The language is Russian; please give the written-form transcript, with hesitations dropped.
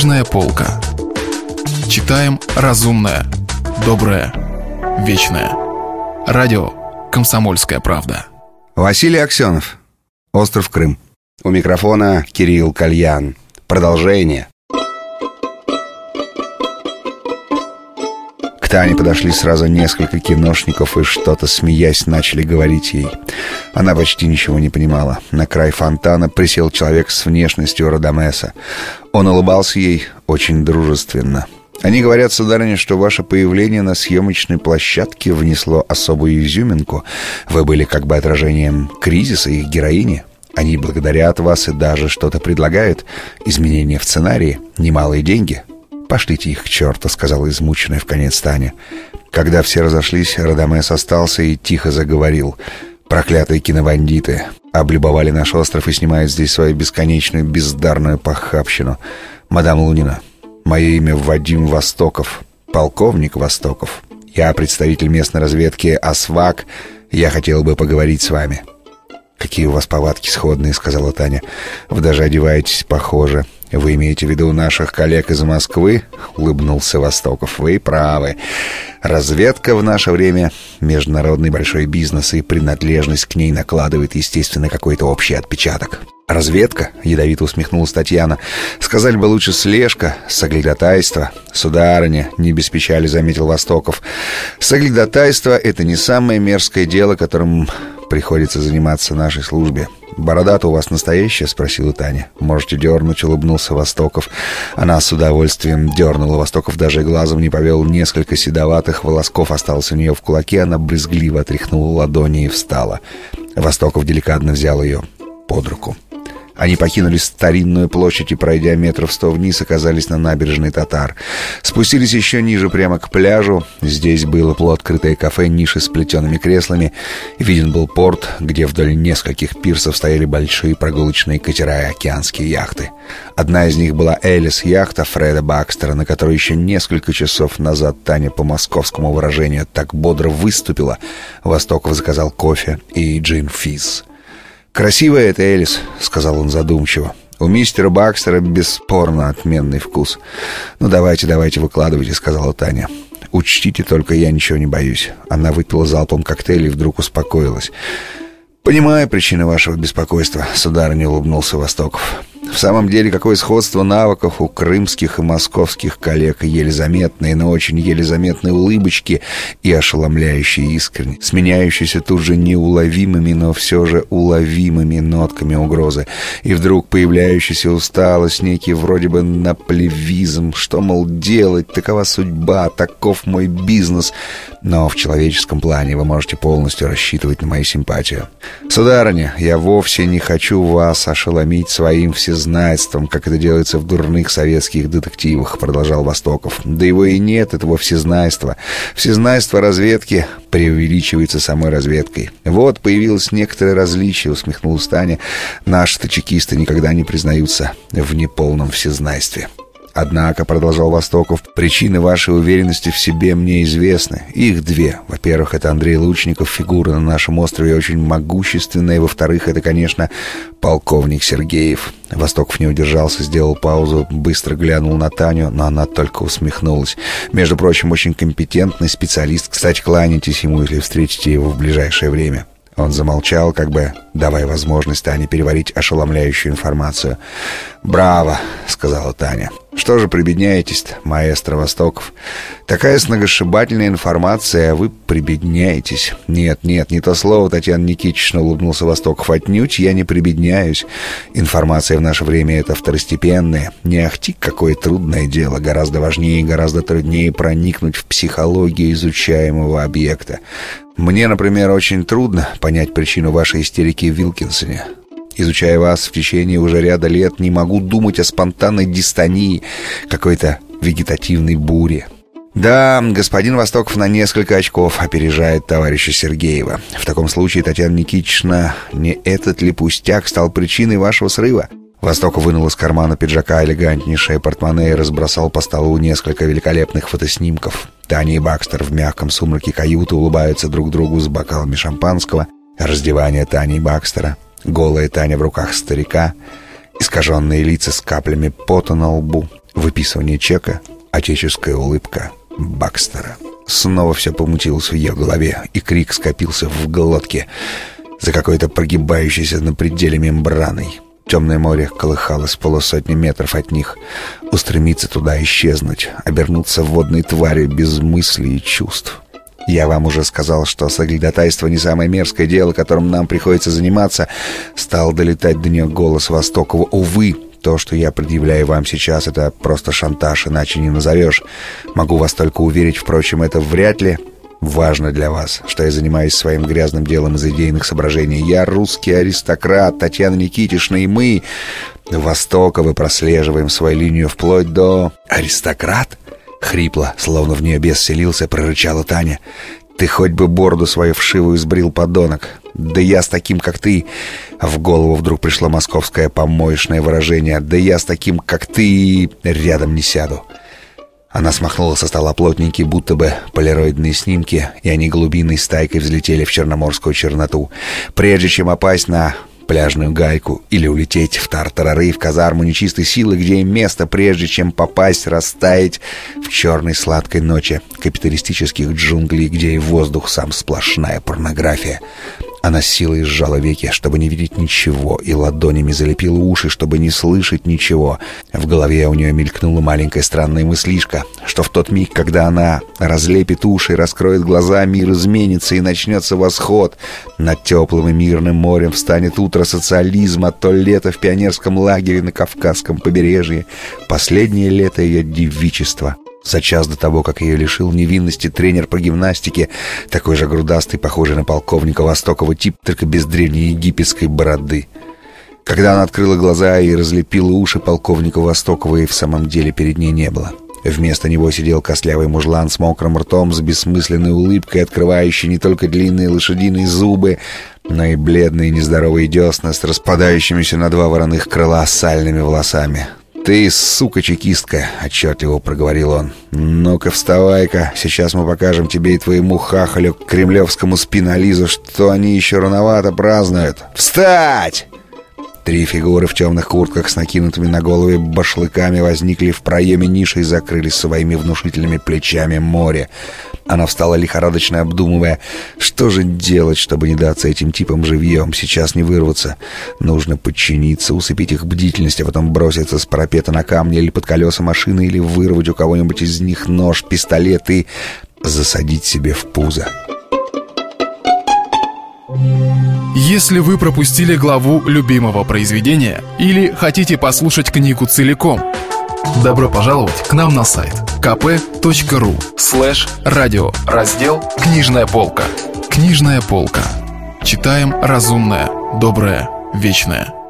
Книжная полка. Читаем разумное, доброе, вечное. Радио «Комсомольская правда». Василий Аксенов. Остров Крым. У микрофона Кирилл Кальян. Продолжение. К Тане подошли сразу несколько киношников и что-то, смеясь, начали говорить ей. Она почти ничего не понимала. На край фонтана присел человек с внешностью Радамеса. Он улыбался ей очень дружественно. «Они говорят, сударыня, что ваше появление на съемочной площадке внесло особую изюминку. Вы были как бы отражением кризиса их героини. Они благодарят вас и даже что-то предлагают. Изменения в сценарии, немалые деньги». «Пошлите их к черту», — сказала измученная вконец Таня. Когда все разошлись, Радамес остался и тихо заговорил. «Проклятые кинобандиты облюбовали наш остров и снимают здесь свою бесконечную бездарную похабщину. Мадам Лунина, мое имя Вадим Востоков, полковник Востоков. Я представитель местной разведки АСВАК. Я хотел бы поговорить с вами». «Какие у вас повадки сходные», — сказала Таня. «Вы даже одеваетесь похоже. Вы имеете в виду наших коллег из Москвы?» — улыбнулся Востоков. «Вы правы. Разведка в наше время — международный большой бизнес, и принадлежность к ней накладывает, естественно, какой-то общий отпечаток». «Разведка?» — ядовито усмехнулась Татьяна. «Сказать бы лучше слежка, соглядатайство». «Сударыня», — не без печали заметил Востоков, «соглядатайство — это не самое мерзкое дело, которым приходится заниматься нашей службе». «Борода-то у вас настоящая?» — спросила Таня. «Можете дернуть», — улыбнулся Востоков. Она с удовольствием дернула. Востоков даже глазом не повел. Несколько седоватых волосков осталось у нее в кулаке. Она брезгливо отряхнула ладони и встала. Востоков деликатно взял ее под руку. Они покинули старинную площадь и, пройдя метров 100 вниз, оказались на набережной Татар. Спустились еще ниже, прямо к пляжу. Здесь было полуоткрытое кафе, ниши с плетеными креслами. Виден был порт, где вдоль нескольких пирсов стояли большие прогулочные катера и океанские яхты. Одна из них была Элис-яхта Фреда Бакстера, на которой еще несколько часов назад Таня, по московскому выражению, так бодро выступила. Востоков заказал кофе и джин-физз. «Красивая это Элис», — сказал он задумчиво. «У мистера Бакстера бесспорно отменный вкус». «Ну, давайте, выкладывайте», — сказала Таня. «Учтите только, я ничего не боюсь». Она выпила залпом коктейль и вдруг успокоилась. «Понимаю причины вашего беспокойства», — сударыня, улыбнулся Востоков. «В самом деле, какое сходство навыков у крымских и московских коллег, еле заметные, но очень еле заметные улыбочки и ошеломляющие искренне, сменяющиеся тут же неуловимыми, но все же уловимыми нотками угрозы, и вдруг появляющаяся усталость, некий вроде бы наплевизм, что, мол, делать, такова судьба, таков мой бизнес, но в человеческом плане вы можете полностью рассчитывать на мою симпатию. Сударыня, я вовсе не хочу вас ошеломить своим всезнайством, как это делается в дурных советских детективах», — продолжал Востоков. «Да его и нет, этого всезнайства. Всезнайство разведки преувеличивается самой разведкой. Вот появилось некоторое различие», — усмехнулась Таня. «Наши-то чекисты никогда не признаются в неполном всезнайстве». «Однако», — продолжал Востоков, — «причины вашей уверенности в себе мне известны. Их две. Во-первых, это Андрей Лучников, фигура на нашем острове очень могущественная. Во-вторых, это, конечно, полковник Сергеев». Востоков не удержался, сделал паузу, быстро глянул на Таню, но она только усмехнулась. «Между прочим, очень компетентный специалист. Кстати, кланяйтесь ему, если встретите его в ближайшее время». Он замолчал, как бы давая возможность Тане переварить ошеломляющую информацию. «Браво», — сказала Таня. «Что же прибедняетесь-то, маэстро Востоков? Такая сногсшибательная информация, а вы прибедняетесь». «Нет, не то слово, Татьяна Никитична», — улыбнулся Востоков. «Отнюдь я не прибедняюсь. Информация в наше время — это второстепенная. Не ахти, какое трудное дело. Гораздо важнее и гораздо труднее проникнуть в психологию изучаемого объекта. Мне, например, очень трудно понять причину вашей истерики в Вилкинсоне. Изучая вас в течение уже ряда лет, не могу думать о спонтанной дистонии, какой-то вегетативной буре. Да, господин Востоков на несколько очков опережает товарища Сергеева. В таком случае, Татьяна Никитична, не этот ли пустяк стал причиной вашего срыва?» Востоков вынул из кармана пиджака элегантнейшее портмоне и разбросал по столу несколько великолепных фотоснимков. Таня и Бакстер в мягком сумраке каюты улыбаются друг другу с бокалами шампанского. Раздевание Тани и Бакстера. Голая Таня в руках старика. Искаженные лица с каплями пота на лбу. Выписывание чека, отеческая улыбка Бакстера. Снова все помутилось в ее голове, и крик скопился в глотке за какой-то прогибающейся на пределе мембраной. Темное море колыхалось в 150 метров от них. Устремиться туда, исчезнуть, обернуться водной тварью без мыслей и чувств. Я вам уже сказал, что соглядатайство не самое мерзкое дело, которым нам приходится заниматься. Стал долетать до нее голос Востокова. Увы, то, что я предъявляю вам сейчас, это просто шантаж, иначе не назовешь. Могу вас только уверить, впрочем, это вряд ли важно для вас, что я занимаюсь своим грязным делом из идейных соображений. Я русский аристократ, Татьяна Никитишна, и мы, Востоковы, прослеживаем свою линию вплоть до... «Аристократ?» — хрипло, словно в нее бес селился, прорычала Таня. «Ты хоть бы бороду свою вшивую сбрил, подонок. Да я с таким, как ты...» В голову вдруг пришло московское помоечное выражение. «Да я с таким, как ты, рядом не сяду». Она смахнула со стола плотненькие, будто бы полироидные снимки, и они голубиной стайкой взлетели в черноморскую черноту. Прежде чем опасть на пляжную гайку или улететь в тартарары, в казарму нечистой силы, где им место, прежде чем попасть, растаять в черной сладкой ночи капиталистических джунглей, где и воздух сам сплошная порнография. Она с силой сжала веки, чтобы не видеть ничего, и ладонями залепила уши, чтобы не слышать ничего. В голове у нее мелькнула маленькая странная мыслишка, что в тот миг, когда она разлепит уши и раскроет глаза, мир изменится и начнется восход. Над теплым и мирным морем встанет утро социализма, то лето в пионерском лагере на Кавказском побережье, последнее лето ее девичества. За час до того, как ее лишил невинности тренер по гимнастике, такой же грудастый, похожий на полковника Востокова тип, только без древнеегипетской бороды. Когда она открыла глаза и разлепила уши, полковника Востокова и в самом деле перед ней не было. Вместо него сидел костлявый мужлан с мокрым ртом, с бессмысленной улыбкой, открывающей не только длинные лошадиные зубы, но и бледные нездоровые десна с распадающимися на два вороных крыла сальными волосами. «Ты, сука, чекистка!» — отчетливо проговорил он. «Ну-ка, вставай-ка, сейчас мы покажем тебе и твоему хахалю, кремлевскому спинолизу, что они еще рановато празднуют. Встать!» Три фигуры в темных куртках с накинутыми на головы башлыками возникли в проеме ниши и закрыли своими внушительными плечами море. Она встала, лихорадочно обдумывая, что же делать, чтобы не даться этим типам живьем, сейчас не вырваться. Нужно подчиниться, усыпить их бдительность, а потом броситься с парапета на камни или под колеса машины, или вырвать у кого-нибудь из них нож, пистолет и засадить себе в пузо. Если вы пропустили главу любимого произведения или хотите послушать книгу целиком, добро пожаловать к нам на сайт kp.ru/радио, раздел «Книжная полка». Книжная полка. Читаем разумное, доброе, вечное.